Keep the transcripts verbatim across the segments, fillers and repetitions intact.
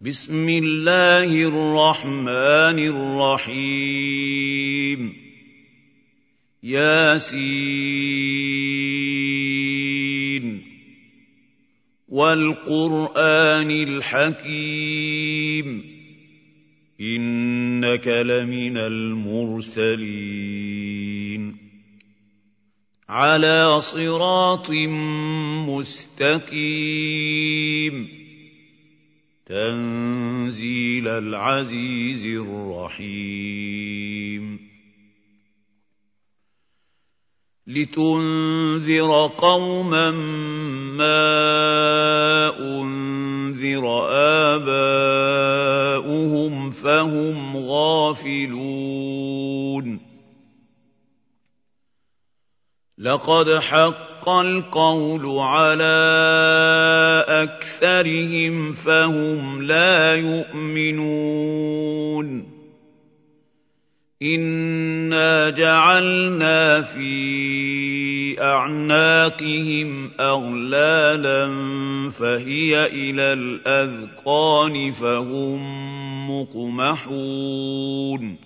بسم الله الرحمن الرحيم ياسين والقرآن الحكيم إنك لمن المرسلين على صراط مستقيم تنزيل العزيز الرحيم لتنذر قوما ما أنذر آباؤهم فهم غافلون لقد حق القول على أكثرهم فهم لا يؤمنون إنا جعلنا في أعناقهم أغلالا فهي إلى الأذقان فهم مقمحون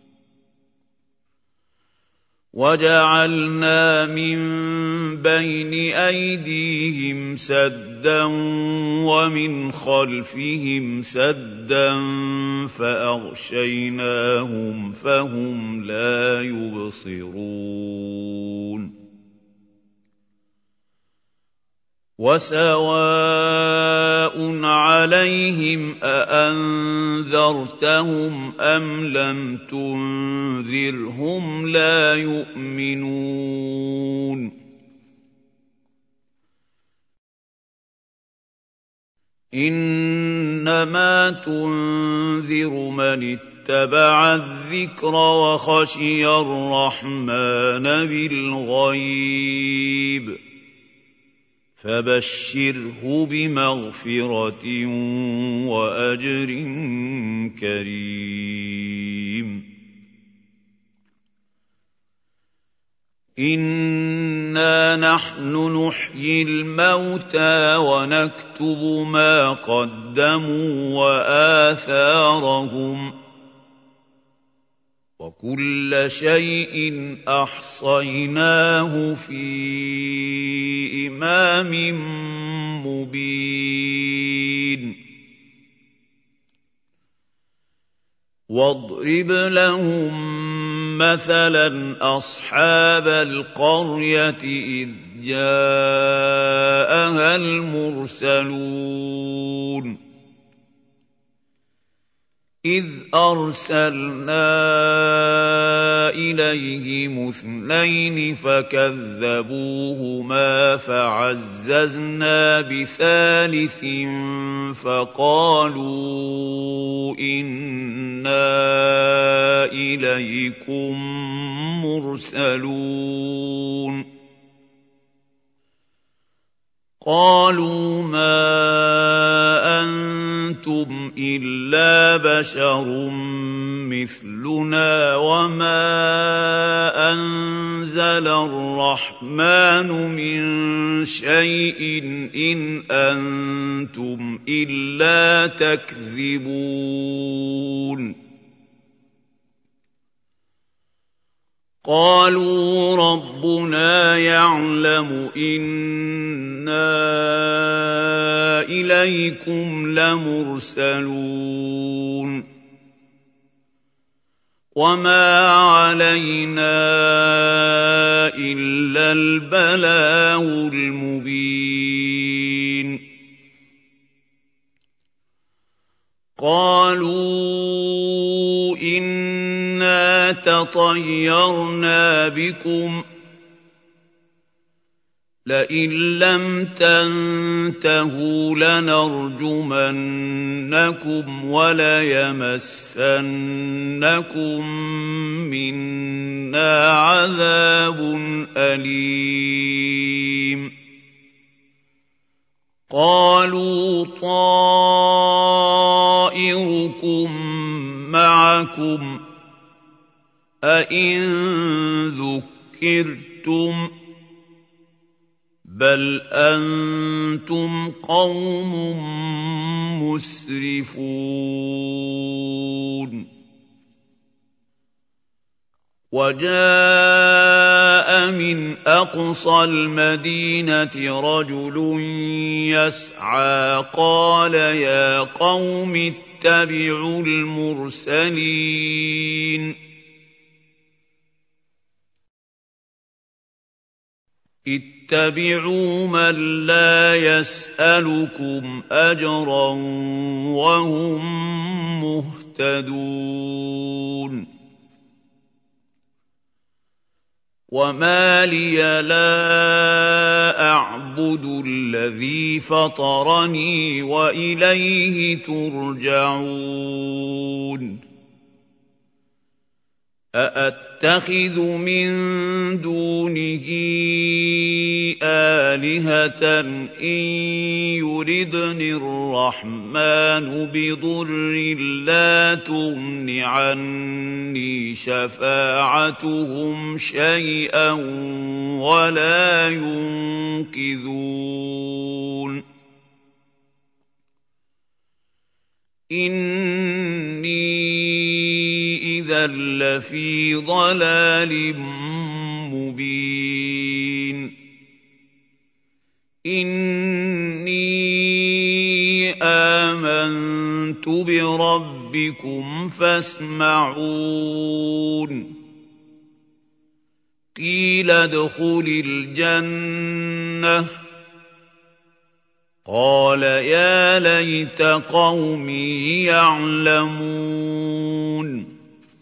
وجعلنا من بين أيديهم سدا ومن خلفهم سدا فأغشيناهم فهم لا يبصرون وسواء عليهم أأنذرتهم أم لم تنذرهم لا يؤمنون إنما تنذر من اتبع الذكر وخشي الرحمن بالغيب فبشره بمغفرة وأجر كريم إنا نحن نحيي الموتى ونكتب ما قدموا وآثارهم وكل شيء أحصيناه في إمام مبين واضرب لهم مثلا أصحاب القرية إذ جاءها المرسلون إذ أرسلنا إليهم اثنين فكذبوهما فعززنا بثالث فقالوا إنا إليكم مرسلون قالوا ما أنتم إلا بشر مثلنا وما أنزل الرحمن من شيء إن أنتم إلا تكذبون قالوا ربنا يعلم إنا إليكم لمرسلون وما علينا إلا البلاغ المبين قالوا إنا تطيرنا بكم لئن لم تنتهوا لنرجمنكم وليمسنكم منا عذاب أليم قالوا طائركم معكم أئن ذكرتم بل أنتم قوم مسرفون وجاء من أقصى المدينة رجل يسعى قال يا قوم اتبعوا المرسلين اتبعوا من لا يسألكم أجرا وهم مهتدون وما لي لا أعبد الذي فطرني وإليه ترجعون أأتخذ من دونه آلهة إن يردني الرحمن بضر لا تغن عني شفاعتهم شيئا ولا ينقذون إني إذا لفي ضلال مبين إني آمنت بربكم فاسمعون قيل ادخل الجنة قال يا ليت قومي يعلمون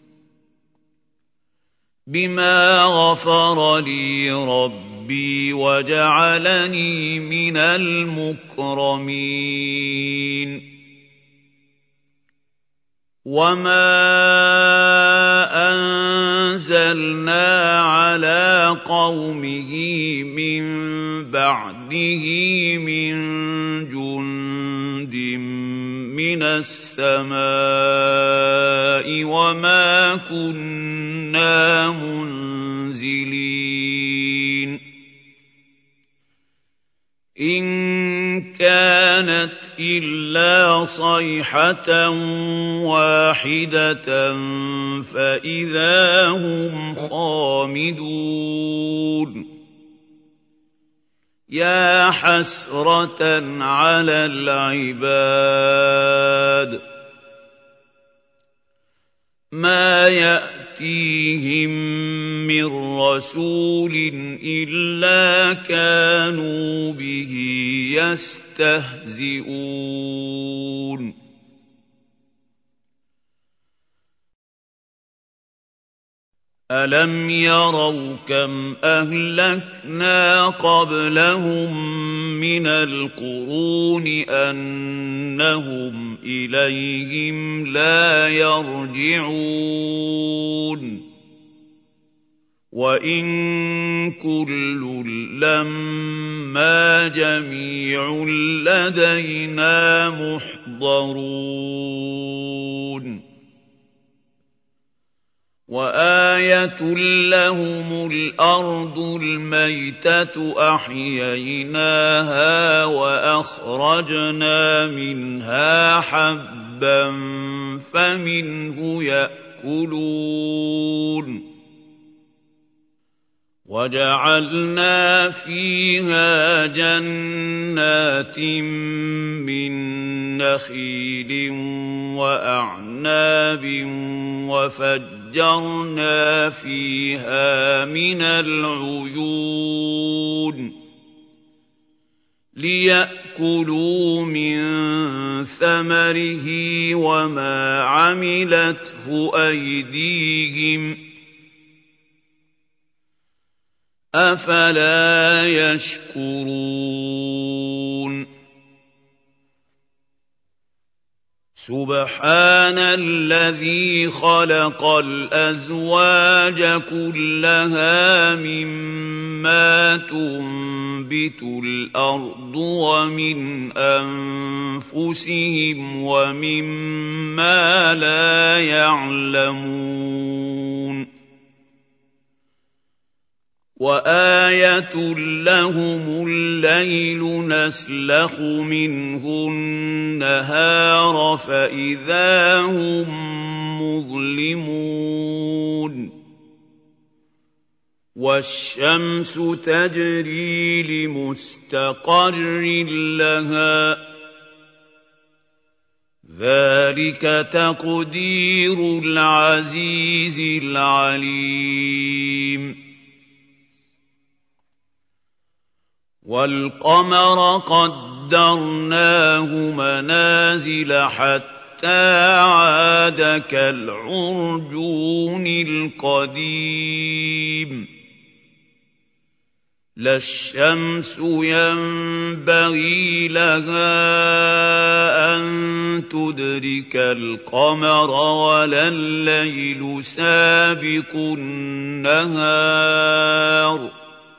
بما غفر لي ربي وجعلني من المكرمين وما أنزلنا على قومه من بعده من جند من السماء وما كنا منزلين إن كانت إلا صيحة واحدة فإذا هم خامدون يا حسرة على العباد ما يأتيهم من رسول إلا كانوا به يستهزئون ألم يروا كم أهلكنا قبلهم من القرون أنهم إليهم لا يرجعون وإن كل لما جميع لدينا محضرون وآية لهم الأرض الميتة أحييناها وأخرجنا منها حبا فمنه يأكلون وجعلنا فيها جنات من نخيل وأعناب وفجرنا فيها من العيون ليأكلوا من ثمره وما عملته أيديهم أفلا يشكرون سبحان الذي خلق الأزواج كلها مما تنبت الأرض ومن أنفسهم ومما لا يعلمون وآية لهم الليل نسلخ منه النهار فإذا هم مظلمون والشمس تجري لمستقر لها ذلك تقدير العزيز العليم والقمر قدرناه منازل حتى عاد كالعرجون القديم لا الشمس ينبغي لها أن تدرك القمر ولا الليل سابق النهار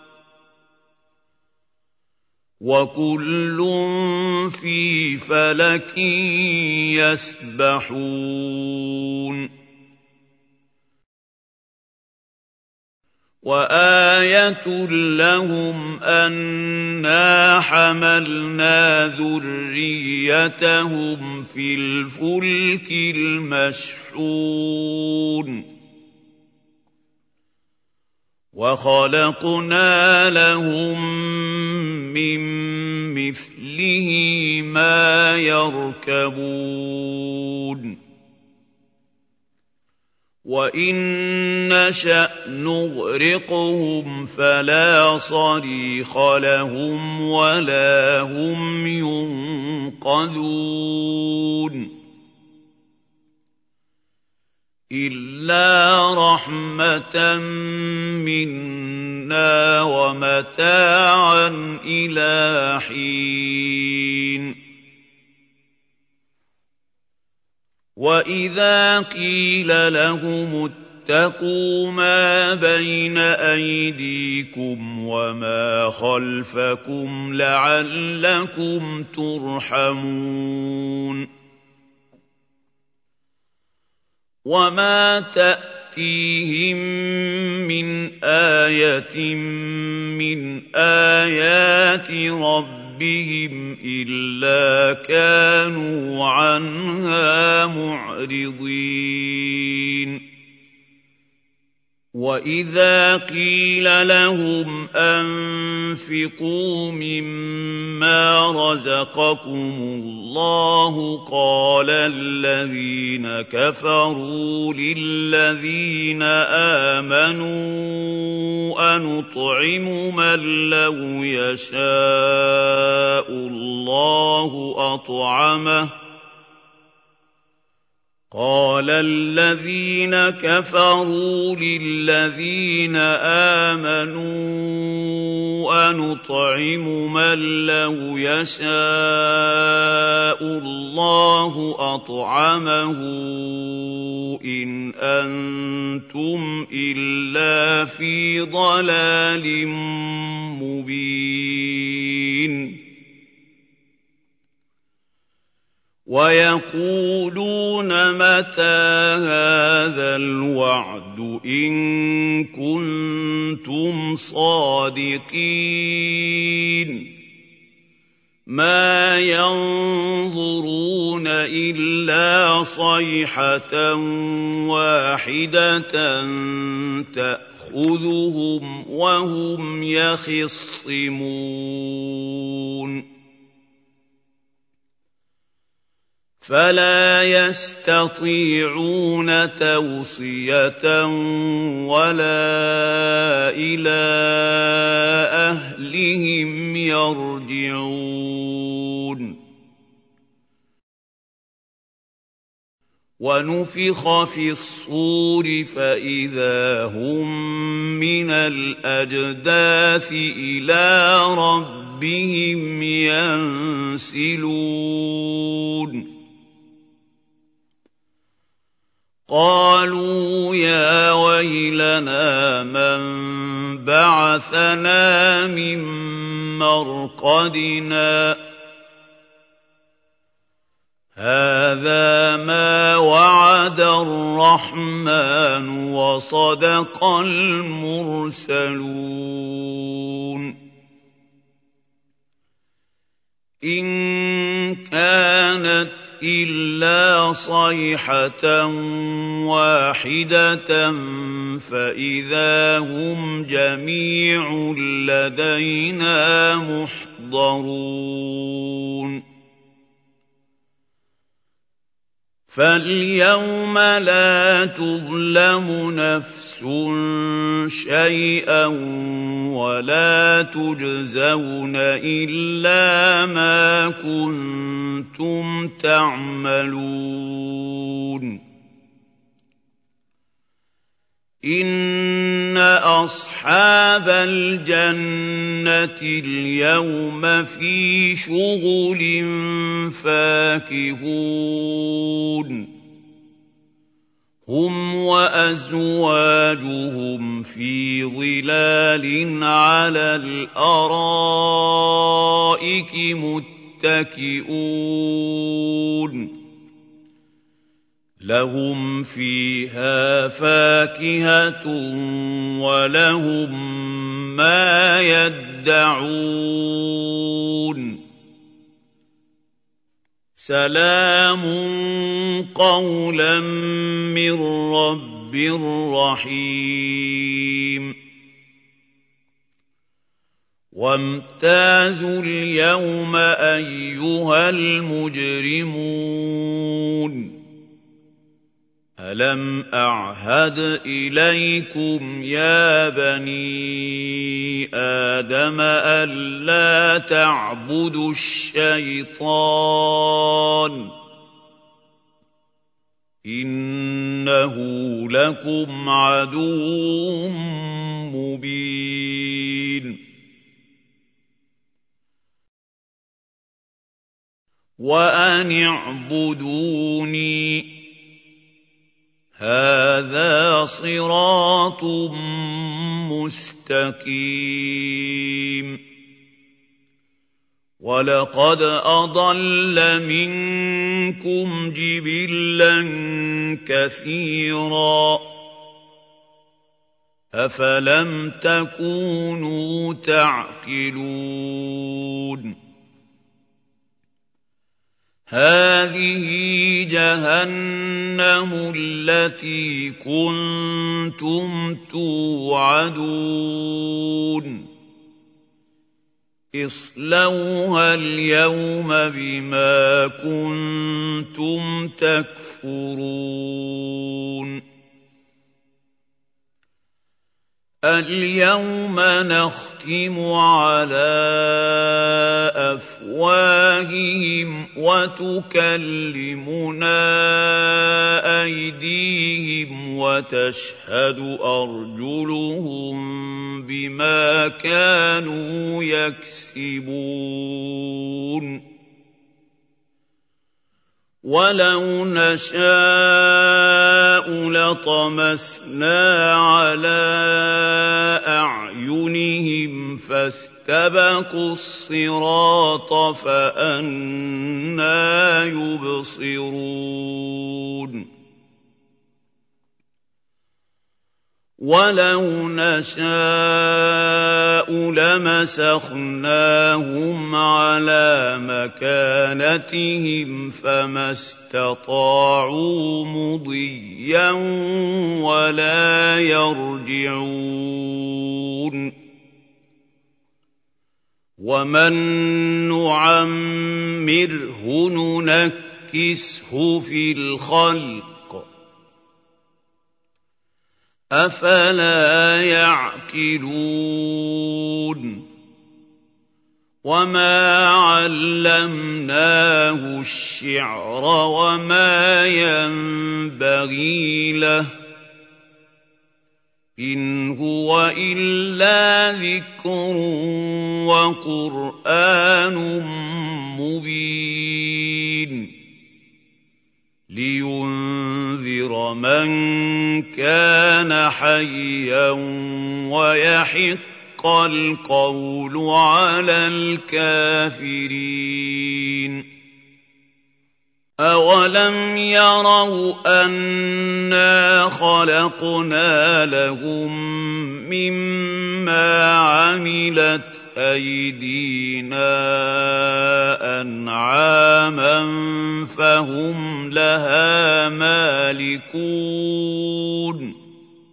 وكل في فلك يسبحون وآية لهم أنا حملنا ذريتهم في الفلك المشحون وخلقنا لهم من مثله ما يركبون وإن نشأ نغرقهم فلا صريخ لهم ولا هم ينقذون إلا رحمة منا ومتاعا إلى حين وإذا قيل لهم اتقوا ما بين أيديكم وما خلفكم لعلكم ترحمون وما تأتيهم من آية من آيات ربهم إلا كانوا عنها معرضين وإذا قيل لهم أنفقوا مما رزقكم الله قال الذين كفروا للذين آمنوا أنطعم من لو يشاء الله أطعمه قال الذين كفروا للذين آمنوا أنطعم من لو يشاء الله أطعمه إن أنتم إلا في ضلال مبين ويقولون متى هذا الوعد إن كنتم صادقين ما ينظرون إلا صيحة واحدة تأخذهم وهم يخصمون فلا يستطيعون توصية ولا إلى أهلهم يرجعون ونفخ في الصور فإذا هم من الأجداث إلى ربهم ينسلون قالوا يا ويلنا من بعثنا من مرقدنا هذا ما وعد الرحمن الرحمن وصدق المرسلون إن كانت إلا صيحة واحدة فإذا هم جميع لدينا محضرون فاليوم لا تظلم نفس شيئا ولا تجزون إلا ما كنتم تعملون إن أصحاب الجنة اليوم في شغل فاكهون هم وأزواجهم في ظلال على الأرائك متكئون لهم فيها فاكهة ولهم ما يدعون سلام قولا من رب رحيم وامتازوا اليوم أيها المجرمون ألم أعهد إليكم يا بني آدم ألا تعبدوا الشيطان إنه لكم عدو مبين وأن اعبدوني هذا صراط مستقيم ولقد أضل منكم جبلا كثيرا أفلم تكونوا تعقلون هذه جهنم التي كنتم توعدون اصلوها اليوم بما كنتم تكفرون اليوم نختم على أفواههم وتكلمنا أيديهم وتشهد أرجلهم بما كانوا يكسبون ولو نشاء لطمسنا على أعينهم فاستبقوا الصراط فأنى يبصرون ولو نشاء لمسخناهم على مكانتهم فما استطاعوا مضيا ولا يرجعون ومن نعمره ننكسه في الخلق أفلا يعقلون وما علمناه الشعر وما ينبغي له إن هو إلا ذكر وقرآن مبين لينذر من كان حيا ويحق القول على الكافرين أَوَلَمْ يَرَوْا أَنَّا خَلَقْنَا لَهُم مِّمَّا عَمِلَتْ أَيْدِينَا أَنْعَامًا فَهُمْ لَهَا مَالِكُونَ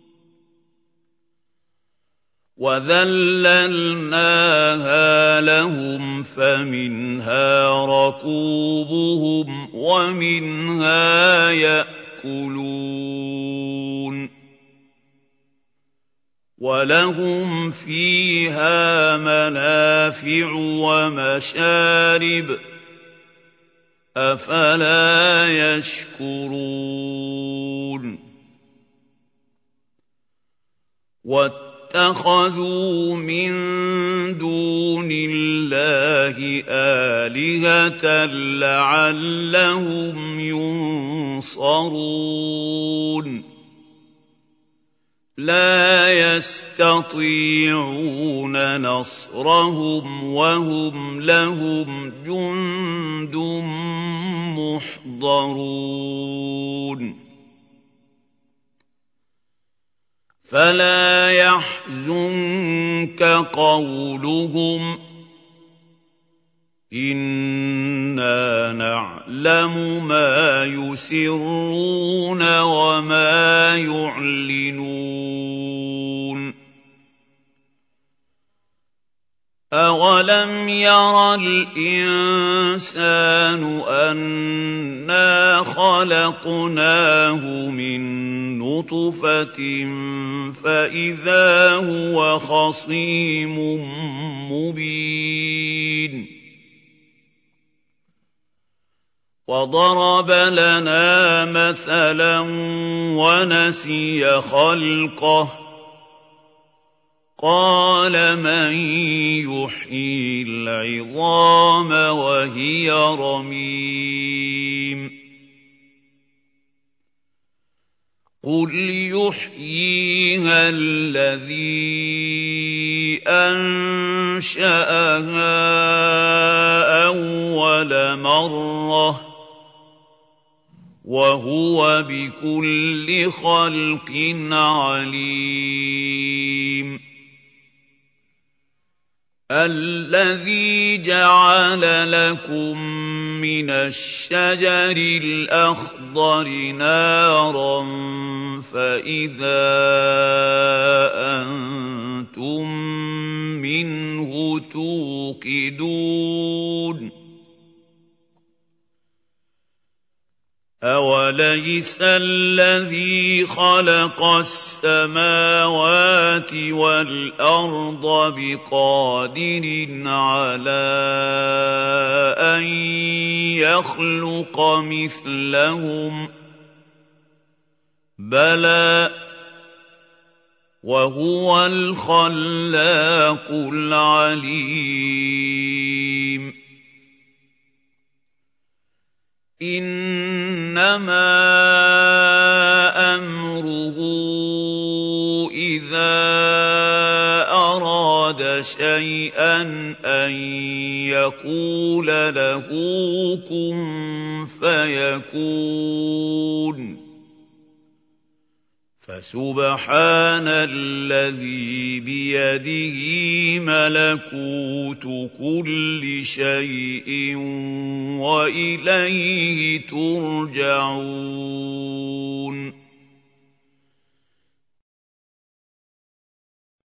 وَذَلَّلْنَاهَا لَهُمْ فَمِنْهَا رَكُوبُهُمْ وَمِنْهَا يَأْكُلُونَ وَلَهُمْ فِيهَا مَنَافِعُ وَمَشَارِبُ أَفَلَا يَشْكُرُونَ وَاتَّخَذُوا مِن دُونِ اللَّهِ آلِهَةً لَّعَلَّهُمْ يُنصَرُونَ لَا يَسْتَطِيعُونَ نَصْرَهُمْ وَهُمْ لَهُمْ جُندٌ مُّحْضَرُونَ فَلَا يَحْزُنكَ قَوْلُهُمْ إِنَّا نَعْلَمُ مَا يُسِرُّونَ وَمَا يُعْلِنُونَ أَوَلَمْ يَرَ الْإِنسَانُ أَنَّا خَلَقْنَاهُ مِن نُّطْفَةٍ فَإِذَا هُوَ خَصِيمٌ مُّبِينٌ وَضَرَبَ لَنَا مَثَلًا وَنَسِيَ خَلْقَهُ قَالَ مَن يُحْيِي الْعِظَامَ وَهِيَ رَمِيمٌ قُلْ يُحْيِيهَا الَّذِي أَنشَأَهَا أَوَّلَ مَرَّةٍ وَهُوَ بِكُلِّ خَلْقٍ عَلِيمٌ الَّذِي جَعَلَ لَكُم مِّنَ الشَّجَرِ الْأَخْضَرِ نَارًا فَإِذَا أَنتُم مِّنْهُ تُوقِدُونَ أَوَلَيْسَ الَّذِي خَلَقَ السَّمَاوَاتِ وَالْأَرْضَ بِقَادِرٍ عَلَىٰ أَن يَخْلُقَ مِثْلَهُم ۚ بَلَىٰ وَهُوَ الْخَلَّاقُ الْعَلِيمُ إِنَّمَا أَمْرُهُ إِذَا أَرَادَ شَيْئًا أَن يَقُولَ لَهُ كُن فَيَكُونُ فَسُبْحَانَ الَّذِي بِيَدِهِ مَلَكُوتُ كُلِّ شَيْءٍ وَإِلَيْهِ تُرْجَعُونَ